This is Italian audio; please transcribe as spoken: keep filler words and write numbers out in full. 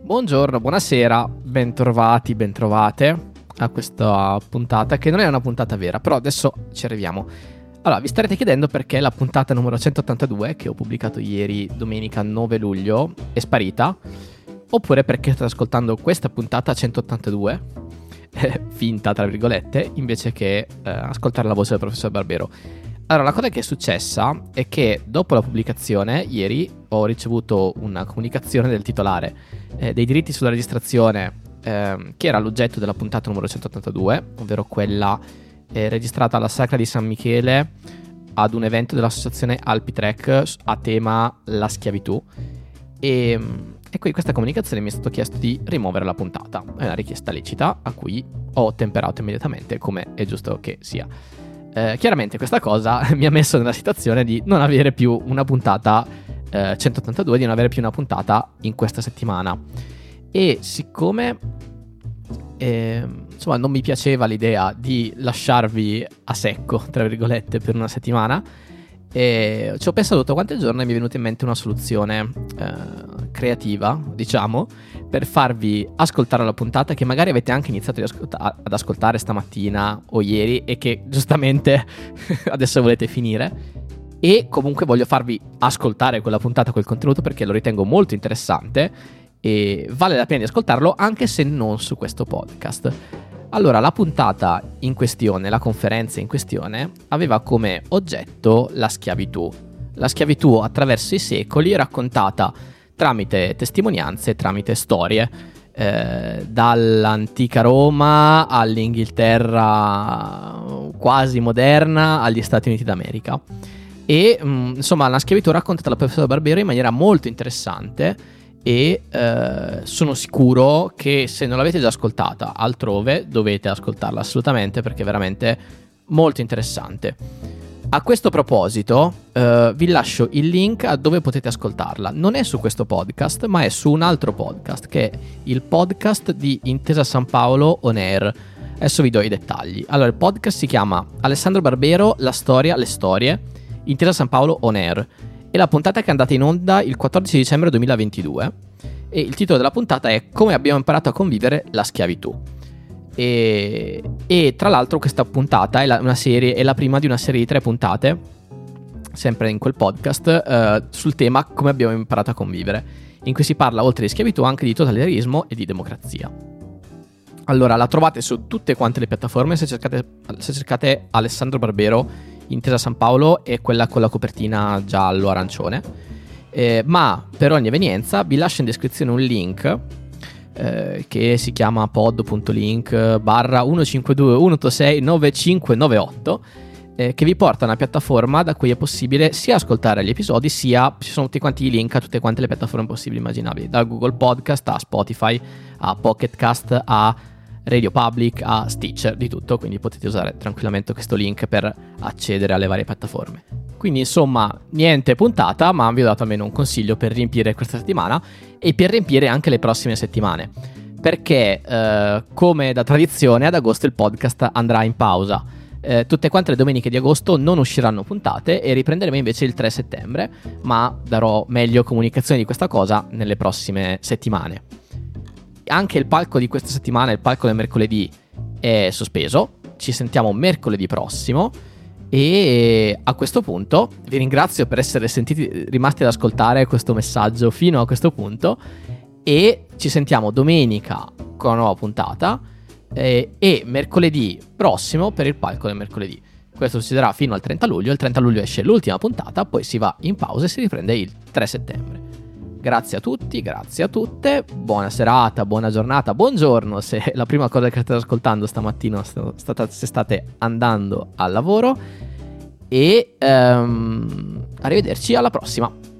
Buongiorno, buonasera, bentrovati, bentrovate a questa puntata che non è una puntata vera, però adesso ci arriviamo. Allora, vi starete chiedendo perché la puntata numero centottantadue, che ho pubblicato ieri, domenica nove luglio, è sparita, oppure perché state ascoltando questa puntata centottantadue, eh, finta tra virgolette, invece che eh, ascoltare la voce del professor Barbero. Allora, la cosa che è successa è che dopo la pubblicazione, ieri, ho ricevuto una comunicazione del titolare eh, dei diritti sulla registrazione, eh, che era l'oggetto della puntata numero centottantadue, ovvero quella eh, registrata alla Sacra di San Michele ad un evento dell'associazione Alpitrek a tema la schiavitù. E, e qui questa comunicazione mi è stato chiesto di rimuovere la puntata. È una richiesta lecita a cui ho ottemperato immediatamente, come è giusto che sia. Eh, chiaramente questa cosa mi ha messo nella situazione di non avere più una puntata eh, centottantadue, di non avere più una puntata in questa settimana. E siccome eh, insomma non mi piaceva l'idea di lasciarvi a secco, tra virgolette, per una settimana, e ci ho pensato tutto quanto il giorno e mi è venuta in mente una soluzione eh, creativa, diciamo, per farvi ascoltare la puntata che magari avete anche iniziato ad, ascolta- ad ascoltare stamattina o ieri e che giustamente adesso volete finire. E comunque voglio farvi ascoltare quella puntata, quel contenuto, perché lo ritengo molto interessante e vale la pena di ascoltarlo anche se non su questo podcast. Allora, la puntata in questione, la conferenza in questione, aveva come oggetto la schiavitù. La schiavitù attraverso i secoli raccontata tramite testimonianze, tramite storie, eh, dall'antica Roma all'Inghilterra quasi moderna, agli Stati Uniti d'America. E mh, insomma, la schiavitù raccontata dal professor Barbero in maniera molto interessante. E eh, sono sicuro che se non l'avete già ascoltata altrove dovete ascoltarla assolutamente, perché è veramente molto interessante. A questo proposito eh, vi lascio il link a dove potete ascoltarla. Non è su questo podcast, ma è su un altro podcast, che è il podcast di Intesa San Paolo On Air. Adesso vi do i dettagli. Allora, il podcast si chiama Alessandro Barbero, la storia, le storie, Intesa San Paolo On Air. E la puntata che è andata in onda il quattordici dicembre duemilaventidue. E il titolo della puntata è Come abbiamo imparato a convivere la schiavitù. E, e tra l'altro questa puntata è la, una serie, è la prima di una serie di tre puntate, sempre in quel podcast, eh, sul tema Come abbiamo imparato a convivere, in cui si parla oltre di schiavitù anche di totalitarismo e di democrazia. Allora, la trovate su tutte quante le piattaforme se cercate, se cercate Alessandro Barbero Intesa San Paolo e quella con la copertina giallo-arancione, eh, ma per ogni evenienza vi lascio in descrizione un link eh, che si chiama pod.link barra uno cinque due uno otto sei nove cinque nove otto, eh, che vi porta a una piattaforma da cui è possibile sia ascoltare gli episodi, sia ci sono tutti quanti i link a tutte quante le piattaforme possibili e immaginabili, da Google Podcast a Spotify a Pocket Cast a Radio Public a Stitcher, di tutto, quindi potete usare tranquillamente questo link per accedere alle varie piattaforme. Quindi insomma, niente puntata, ma vi ho dato almeno un consiglio per riempire questa settimana e per riempire anche le prossime settimane, perché eh, come da tradizione ad agosto il podcast andrà in pausa. Eh, tutte quante le domeniche di agosto non usciranno puntate e riprenderemo invece il tre settembre, ma darò meglio comunicazione di questa cosa nelle prossime settimane. Anche il palco di questa settimana, il palco del mercoledì, è sospeso. Ci sentiamo mercoledì prossimo. E a questo punto vi ringrazio per essere sentiti, rimasti ad ascoltare questo messaggio fino a questo punto. E ci sentiamo domenica con una nuova puntata. E, e mercoledì prossimo per il palco del mercoledì. Questo succederà fino al trenta luglio. Il trenta luglio esce l'ultima puntata, poi si va in pausa e si riprende il tre settembre. Grazie a tutti, grazie a tutte, buona serata, buona giornata, buongiorno se la prima cosa che state ascoltando stamattina state, se state andando al lavoro e um, arrivederci alla prossima.